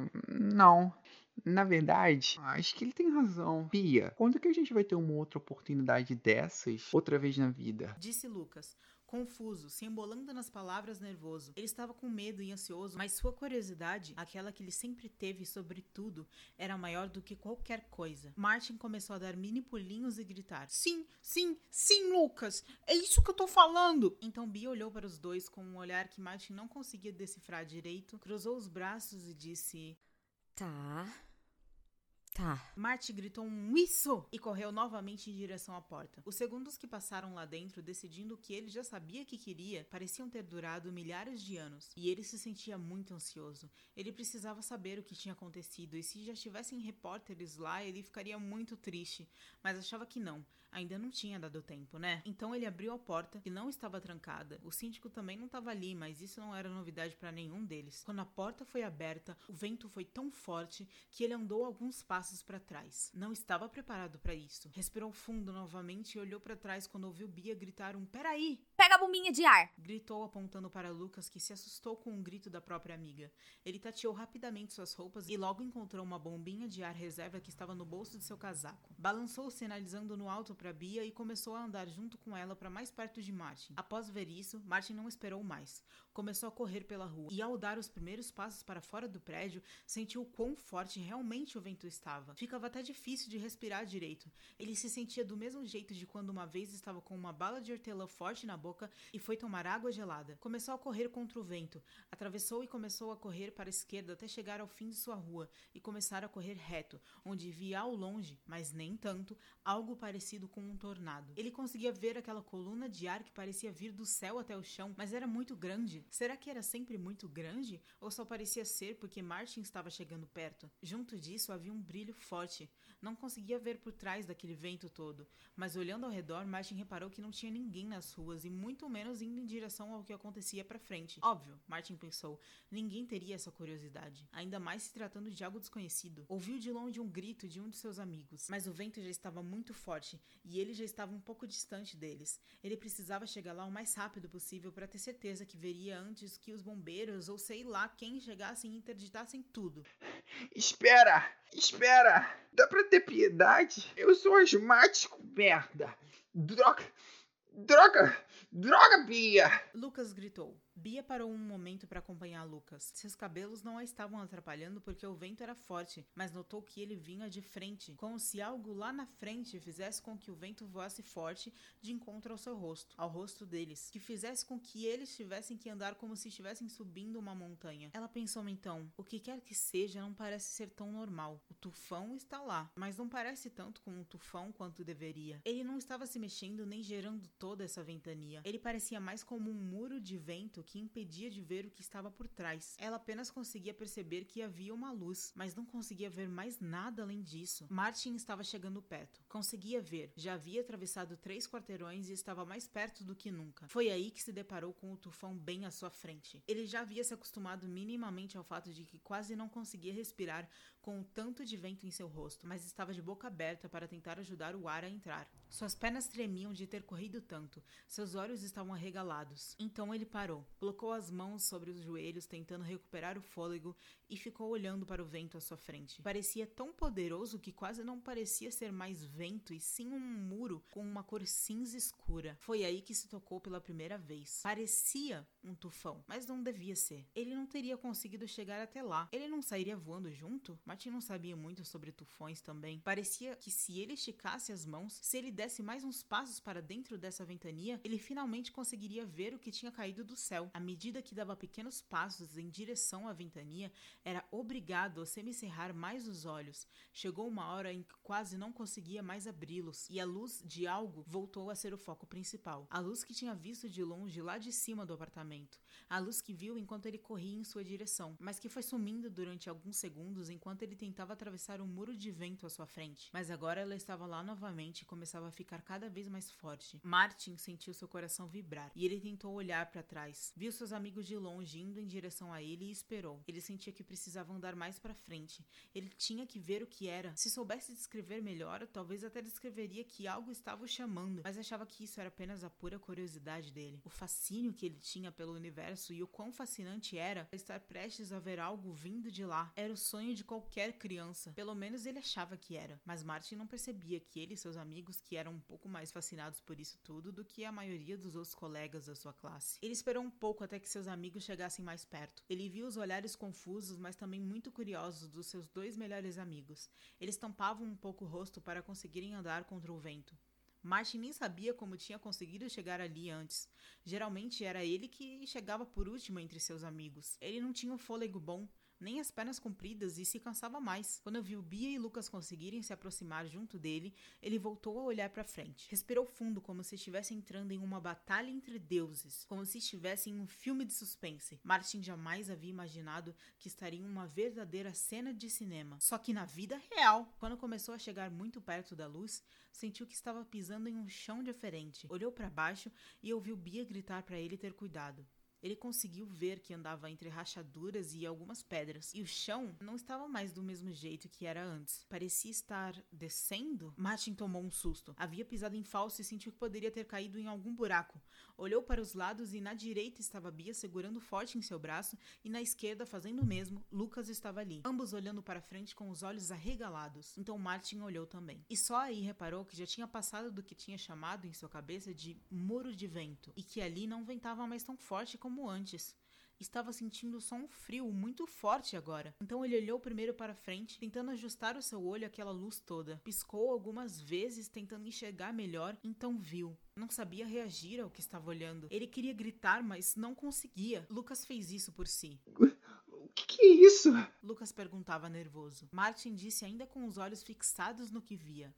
Não. Na verdade, acho que ele tem razão. Bia, quando que a gente vai ter uma outra oportunidade dessas outra vez na vida? Disse Lucas, confuso, se embolando nas palavras, nervoso. Ele estava com medo e ansioso, mas sua curiosidade, aquela que ele sempre teve sobre tudo, era maior do que qualquer coisa. Martin começou a dar mini pulinhos e gritar. Sim, Lucas! É isso que eu tô falando! Então Bia olhou para os dois com um olhar que Martin não conseguia decifrar direito, cruzou os braços e disse... Tá. Martin gritou um isso e correu novamente em direção à porta. Os segundos que passaram lá dentro, decidindo o que ele já sabia que queria, pareciam ter durado milhares de anos. E ele se sentia muito ansioso. Ele precisava saber o que tinha acontecido e se já tivessem repórteres lá, ele ficaria muito triste. Mas achava que não. Ainda não tinha dado tempo, né? Então ele abriu a porta, que não estava trancada. O síndico também não estava ali, mas isso não era novidade para nenhum deles. Quando a porta foi aberta, o vento foi tão forte que ele andou alguns passos passos para trás. Não estava preparado para isso. Respirou fundo novamente e olhou para trás quando ouviu Bia gritar um "Peraí!". Pega a bombinha de ar! Gritou apontando para Lucas, que se assustou com o grito da própria amiga. Ele tateou rapidamente suas roupas e logo encontrou uma bombinha de ar reserva que estava no bolso de seu casaco. Balançou sinalizando no alto para Bia e começou a andar junto com ela para mais perto de Martin. Após ver isso, Martin não esperou mais. Começou a correr pela rua e ao dar os primeiros passos para fora do prédio, sentiu o quão forte realmente o vento estava. Ficava até difícil de respirar direito. Ele se sentia do mesmo jeito de quando uma vez estava com uma bala de hortelã forte na boca e foi tomar água gelada. Começou a correr contra o vento, atravessou e começou a correr para a esquerda até chegar ao fim de sua rua e começar a correr reto, onde via ao longe, mas nem tanto, algo parecido com um tornado. Ele conseguia ver aquela coluna de ar que parecia vir do céu até o chão, mas era muito grande. Será que era sempre muito grande? Ou só parecia ser porque Martin estava chegando perto? Junto disso havia um brilho forte. Não conseguia ver por trás daquele vento todo, mas olhando ao redor, Martin reparou que não tinha ninguém nas ruas e muito menos indo em direção ao que acontecia pra frente. Óbvio, Martin pensou, ninguém teria essa curiosidade, ainda mais se tratando de algo desconhecido. Ouviu de longe um grito de um de seus amigos, mas o vento já estava muito forte e ele já estava um pouco distante deles. Ele precisava chegar lá o mais rápido possível para ter certeza que veria antes que os bombeiros ou sei lá quem chegassem e interditassem tudo. Espera! Dá pra ter piedade? Eu sou asmático, merda! Droga, Bia! Lucas gritou. Bia parou um momento para acompanhar Lucas. Seus cabelos não a estavam atrapalhando porque o vento era forte, mas notou que ele vinha de frente, como se algo lá na frente fizesse com que o vento voasse forte de encontro ao seu rosto, ao rosto deles, que fizesse com que eles tivessem que andar como se estivessem subindo uma montanha. Ela pensou então, o que quer que seja não parece ser tão normal. O tufão está lá, mas não parece tanto como um tufão quanto deveria. Ele não estava se mexendo nem gerando toda essa ventania. Ele parecia mais como um muro de vento que impedia de ver o que estava por trás. Ela apenas conseguia perceber que havia uma luz, mas não conseguia ver mais nada além disso. Martin estava chegando perto. Conseguia ver. Já havia atravessado 3 quarteirões e estava mais perto do que nunca. Foi aí que se deparou com o tufão bem à sua frente. Ele já havia se acostumado minimamente ao fato de que quase não conseguia respirar com o tanto de vento em seu rosto, mas estava de boca aberta para tentar ajudar o ar a entrar. Suas pernas tremiam de ter corrido tanto. Seus olhos estavam arregalados. Então ele parou. Colocou as mãos sobre os joelhos, tentando recuperar o fôlego, e ficou olhando para o vento à sua frente. Parecia tão poderoso que quase não parecia ser mais vento, e sim um muro com uma cor cinza escura. Foi aí que se tocou pela primeira vez. Parecia um tufão, mas não devia ser. Ele não teria conseguido chegar até lá. Ele não sairia voando junto? Martin não sabia muito sobre tufões também. Parecia que se ele esticasse as mãos, se ele desse mais uns passos para dentro dessa ventania, ele finalmente conseguiria ver o que tinha caído do céu. À medida que dava pequenos passos em direção à ventania, era obrigado a semicerrar mais os olhos. Chegou uma hora em que quase não conseguia mais abri-los, e a luz de algo voltou a ser o foco principal. A luz que tinha visto de longe lá de cima do apartamento. A luz que viu enquanto ele corria em sua direção, mas que foi sumindo durante alguns segundos enquanto ele tentava atravessar um muro de vento à sua frente. Mas agora ela estava lá novamente e começava a ficar cada vez mais forte. Martin sentiu seu coração vibrar, e ele tentou olhar para trás. Viu seus amigos de longe indo em direção a ele e esperou. Ele sentia que precisava andar mais para frente. Ele tinha que ver o que era. Se soubesse descrever melhor, talvez até descreveria que algo estava o chamando, mas achava que isso era apenas a pura curiosidade dele. O fascínio que ele tinha pelo universo e o quão fascinante era estar prestes a ver algo vindo de lá. Era o sonho de qualquer criança. Pelo menos ele achava que era. Mas Martin não percebia que ele e seus amigos que eram um pouco mais fascinados por isso tudo do que a maioria dos outros colegas da sua classe. Ele esperou um pouco até que seus amigos chegassem mais perto. Ele viu os olhares confusos, mas também muito curiosos dos seus 2 melhores amigos. Eles tampavam um pouco o rosto para conseguirem andar contra o vento. Martin nem sabia como tinha conseguido chegar ali antes. Geralmente era ele que chegava por último entre seus amigos. Ele não tinha um fôlego bom, nem as pernas compridas e se cansava mais. Quando viu Bia e Lucas conseguirem se aproximar junto dele, ele voltou a olhar para frente. Respirou fundo como se estivesse entrando em uma batalha entre deuses, como se estivesse em um filme de suspense. Martin jamais havia imaginado que estaria em uma verdadeira cena de cinema, só que na vida real. Quando começou a chegar muito perto da luz, sentiu que estava pisando em um chão diferente. Olhou para baixo e ouviu Bia gritar para ele ter cuidado. Ele conseguiu ver que andava entre rachaduras e algumas pedras, e o chão não estava mais do mesmo jeito que era antes. Parecia estar descendo? Martin tomou um susto. Havia pisado em falso e sentiu que poderia ter caído em algum buraco. Olhou para os lados e na direita estava Bia segurando forte em seu braço e na esquerda, fazendo o mesmo, Lucas estava ali, ambos olhando para frente com os olhos arregalados. Então Martin olhou também. E só aí reparou que já tinha passado do que tinha chamado em sua cabeça de muro de vento e que ali não ventava mais tão forte como antes. Estava sentindo só um frio muito forte agora. Então ele olhou primeiro para frente, tentando ajustar o seu olho àquela luz toda. Piscou algumas vezes, tentando enxergar melhor, então viu. Não sabia reagir ao que estava olhando. Ele queria gritar, mas não conseguia. Lucas fez isso por si. O que é isso? Lucas perguntava nervoso. Martin disse ainda com os olhos fixados no que via.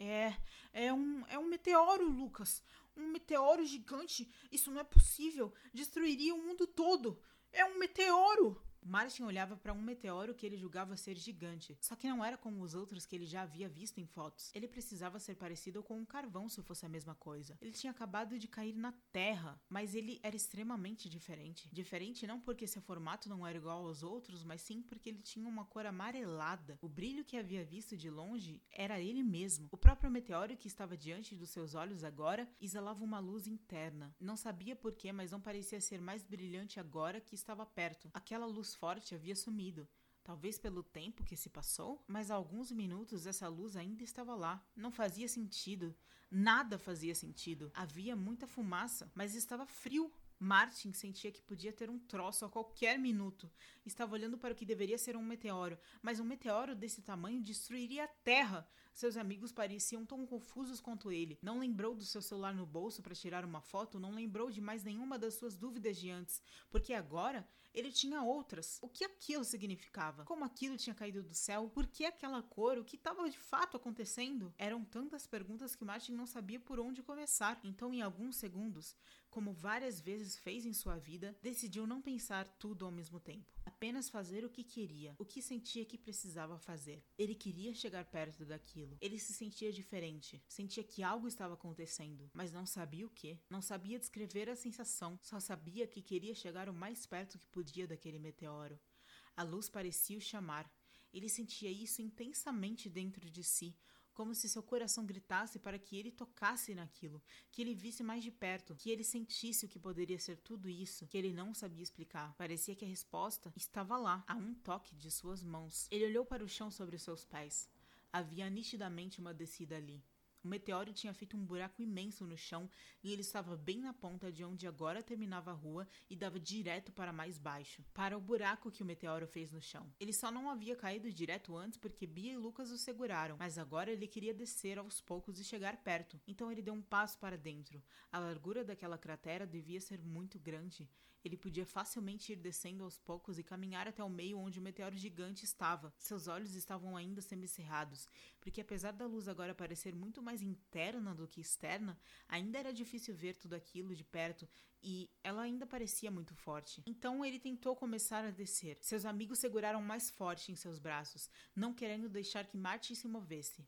É um meteoro, Lucas. Um meteoro gigante. Isso não é possível. Destruiria o mundo todo. É um meteoro! Martin olhava para um meteoro que ele julgava ser gigante, só que não era como os outros que ele já havia visto em fotos. Ele precisava ser parecido com um carvão se fosse a mesma coisa. Ele tinha acabado de cair na Terra, mas ele era extremamente diferente. Diferente não porque seu formato não era igual aos outros, mas sim porque ele tinha uma cor amarelada. O brilho que havia visto de longe era ele mesmo. O próprio meteoro que estava diante dos seus olhos agora exalava uma luz interna. Não sabia porquê, mas não parecia ser mais brilhante agora que estava perto. Aquela luz forte havia sumido. Talvez pelo tempo que se passou, mas há alguns minutos essa luz ainda estava lá. Não fazia sentido. Nada fazia sentido. Havia muita fumaça, mas estava frio. Martin sentia que podia ter um troço a qualquer minuto. Estava olhando para o que deveria ser um meteoro, mas um meteoro desse tamanho destruiria a Terra. Seus amigos pareciam tão confusos quanto ele. Não lembrou do seu celular no bolso para tirar uma foto, não lembrou de mais nenhuma das suas dúvidas de antes, porque agora ele tinha outras. O que aquilo significava? Como aquilo tinha caído do céu? Por que aquela cor? O que estava de fato acontecendo? Eram tantas perguntas que Martin não sabia por onde começar. Então, em alguns segundos, como várias vezes fez em sua vida, decidiu não pensar tudo ao mesmo tempo. Apenas fazer o que queria, o que sentia que precisava fazer. Ele queria chegar perto daquilo. Ele se sentia diferente. Sentia que algo estava acontecendo, mas não sabia o que. Não sabia descrever a sensação, só sabia que queria chegar o mais perto que podia daquele meteoro. A luz parecia o chamar. Ele sentia isso intensamente dentro de si, como se seu coração gritasse para que ele tocasse naquilo, que ele visse mais de perto, que ele sentisse o que poderia ser tudo isso, que ele não sabia explicar. Parecia que a resposta estava lá, a um toque de suas mãos. Ele olhou para o chão sobre seus pés. Havia nitidamente uma descida ali. O meteoro tinha feito um buraco imenso no chão e ele estava bem na ponta de onde agora terminava a rua e dava direto para mais baixo, para o buraco que o meteoro fez no chão. Ele só não havia caído direto antes porque Bia e Lucas o seguraram, mas agora ele queria descer aos poucos e chegar perto. Então ele deu um passo para dentro. A largura daquela cratera devia ser muito grande. Ele podia facilmente ir descendo aos poucos e caminhar até o meio onde o meteoro gigante estava. Seus olhos estavam ainda semicerrados, porque apesar da luz agora parecer muito mais interna do que externa, ainda era difícil ver tudo aquilo de perto e ela ainda parecia muito forte. Então ele tentou começar a descer. Seus amigos seguraram mais forte em seus braços, não querendo deixar que Martin se movesse.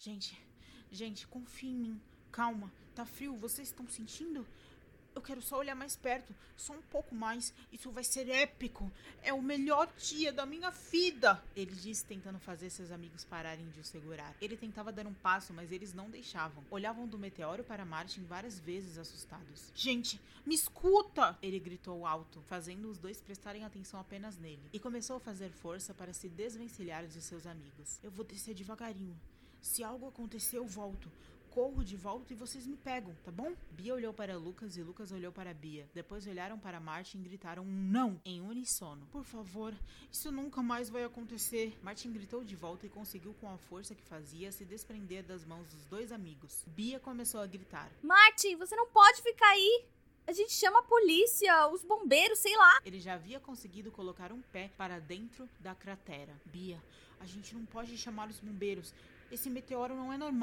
Gente, confia em mim. Calma, tá frio, vocês estão sentindo? Eu quero só olhar mais perto, só um pouco mais. Isso vai ser épico. É o melhor dia da minha vida. Ele disse, tentando fazer seus amigos pararem de o segurar. Ele tentava dar um passo, mas eles não deixavam. Olhavam do meteoro para Martin várias vezes assustados. Gente, me escuta! Ele gritou alto, fazendo os dois prestarem atenção apenas nele. E começou a fazer força para se desvencilhar de seus amigos. Eu vou descer devagarinho. Se algo acontecer, eu volto. Corro de volta e vocês me pegam, tá bom? Bia olhou para Lucas e Lucas olhou para Bia. Depois olharam para Martin e gritaram um não em uníssono. Por favor, isso nunca mais vai acontecer. Martin gritou de volta e conseguiu com a força que fazia se desprender das mãos dos dois amigos. Bia começou a gritar. Martin, você não pode ficar aí. A gente chama a polícia, os bombeiros, sei lá. Ele já havia conseguido colocar um pé para dentro da cratera. Bia, a gente não pode chamar os bombeiros. Esse meteoro não é normal.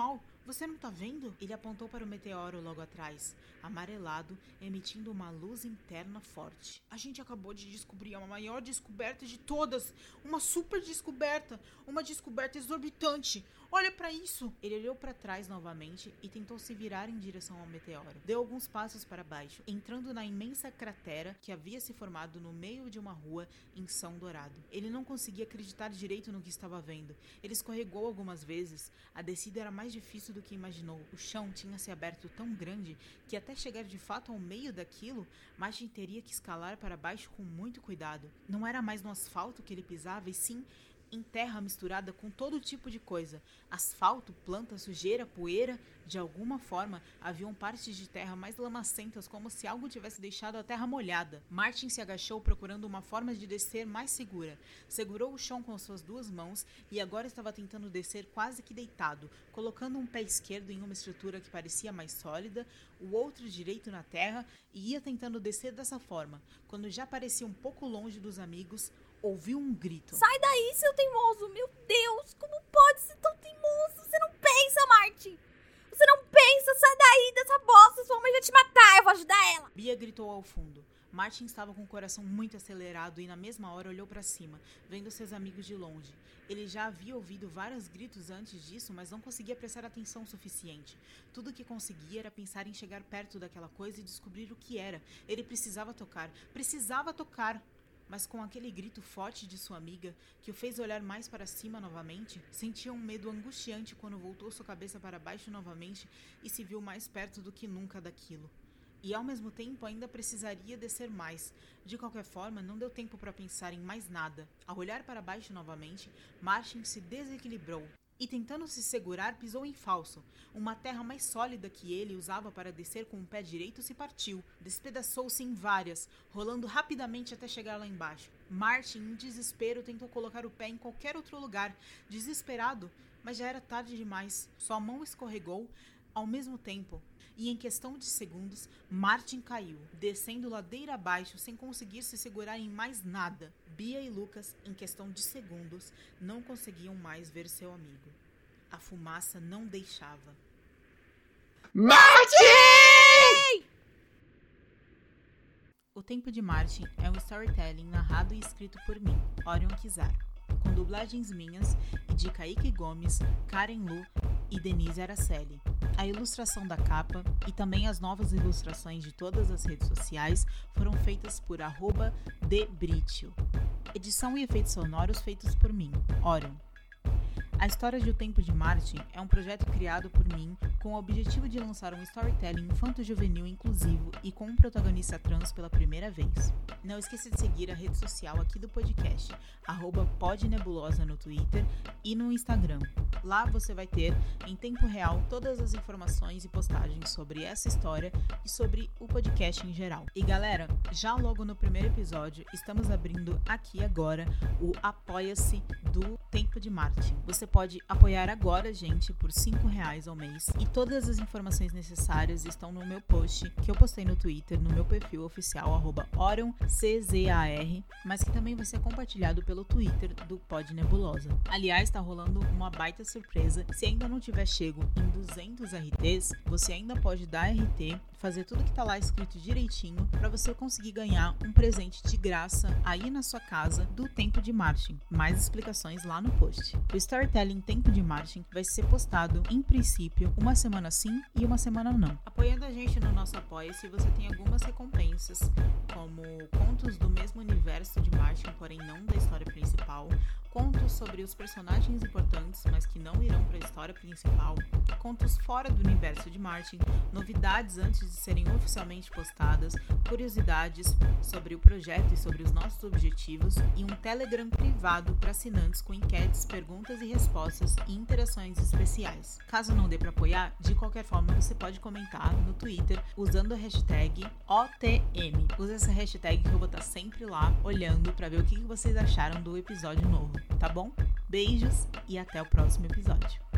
Você não tá vendo? Ele apontou para o meteoro logo atrás, amarelado, emitindo uma luz interna forte. A gente acabou de descobrir a maior descoberta de todas. Uma super descoberta. Uma descoberta exorbitante. Olha pra isso! Ele olhou para trás novamente e tentou se virar em direção ao meteoro. Deu alguns passos para baixo, entrando na imensa cratera que havia se formado no meio de uma rua em São Dourado. Ele não conseguia acreditar direito no que estava vendo. Ele escorregou algumas vezes. A descida era mais difícil do que imaginou. O chão tinha se aberto tão grande que até chegar de fato ao meio daquilo, Martin teria que escalar para baixo com muito cuidado. Não era mais no asfalto que ele pisava, e sim em terra misturada com todo tipo de coisa. Asfalto, planta, sujeira, poeira. De alguma forma, haviam partes de terra mais lamacentas, como se algo tivesse deixado a terra molhada. Martin se agachou procurando uma forma de descer mais segura. Segurou o chão com suas duas mãos e agora estava tentando descer quase que deitado, colocando um pé esquerdo em uma estrutura que parecia mais sólida, o outro direito na terra, e ia tentando descer dessa forma. Quando já parecia um pouco longe dos amigos, ouviu um grito. Sai daí, seu teimoso! Meu Deus, como pode ser tão teimoso? Você não pensa, Martin! Você não pensa! Sai daí dessa bosta! Sua mãe vai te matar! Eu vou ajudar ela! Bia gritou ao fundo. Martin estava com o coração muito acelerado e na mesma hora olhou para cima, vendo seus amigos de longe. Ele já havia ouvido vários gritos antes disso, mas não conseguia prestar atenção suficiente. Tudo o que conseguia era pensar em chegar perto daquela coisa e descobrir o que era. Ele precisava tocar! Precisava tocar! Mas com aquele grito forte de sua amiga, que o fez olhar mais para cima novamente, sentia um medo angustiante quando voltou sua cabeça para baixo novamente e se viu mais perto do que nunca daquilo. E ao mesmo tempo ainda precisaria descer mais. De qualquer forma, não deu tempo para pensar em mais nada. Ao olhar para baixo novamente, Martin se desequilibrou e, tentando se segurar, pisou em falso. Uma terra mais sólida que ele usava para descer com o pé direito se partiu. Despedaçou-se em várias, rolando rapidamente até chegar lá embaixo. Martin, em desespero, tentou colocar o pé em qualquer outro lugar, desesperado, mas já era tarde demais. Sua mão escorregou ao mesmo tempo, e em questão de segundos, Martin caiu, descendo ladeira abaixo sem conseguir se segurar em mais nada. Bia e Lucas, em questão de segundos, não conseguiam mais ver seu amigo. A fumaça não deixava. Martin! O Tempo de Martin é um storytelling narrado e escrito por mim, Orion Kizar, com dublagens minhas e de Kaique Gomes, Karen Lu e Denise Araceli. A ilustração da capa e também as novas ilustrações de todas as redes sociais foram feitas por @debritio. Edição e efeitos sonoros feitos por mim, Orion. A História de O Tempo de Martin é um projeto criado por mim com o objetivo de lançar um storytelling infanto-juvenil inclusivo e com um protagonista trans pela primeira vez. Não esqueça de seguir a rede social aqui do podcast, @podnebulosa no Twitter e no Instagram. Lá você vai ter, em tempo real, todas as informações e postagens sobre essa história e sobre o podcast em geral. E galera, já logo no primeiro episódio, estamos abrindo aqui agora o Apoia-se do Tempo de Martin. Você pode apoiar agora, gente, por R$5 ao mês. E todas as informações necessárias estão no meu post, que eu postei no Twitter, no meu perfil oficial, @OrionCZAR, mas que também vai ser compartilhado pelo Twitter do Pod Nebulosa. Aliás, tá rolando uma baita surpresa. Se ainda não tiver chego em 200 RTs, você ainda pode dar RT, fazer tudo que tá lá escrito direitinho, para você conseguir ganhar um presente de graça aí na sua casa do Tempo de Martin. Mais explicações lá no post. O Storytelling Tempo de Martin vai ser postado, em princípio, uma semana sim e uma semana não. Apoiando a gente no nosso Apoia-se, você tem algumas recompensas, como contos do mesmo universo de Martin, porém não da história principal, contos sobre os personagens importantes, mas que não irão para a história principal, contos fora do universo de Martin, novidades antes de serem oficialmente postadas, curiosidades sobre o projeto e sobre os nossos objetivos, e um Telegram privado para assinantes com enquetes, perguntas e respostas e interações especiais. Caso não dê para apoiar, de qualquer forma você pode comentar no Twitter usando a hashtag OTM. Use essa hashtag que eu vou estar sempre lá olhando para ver o que vocês acharam do episódio novo. Tá bom? Beijos e até o próximo episódio.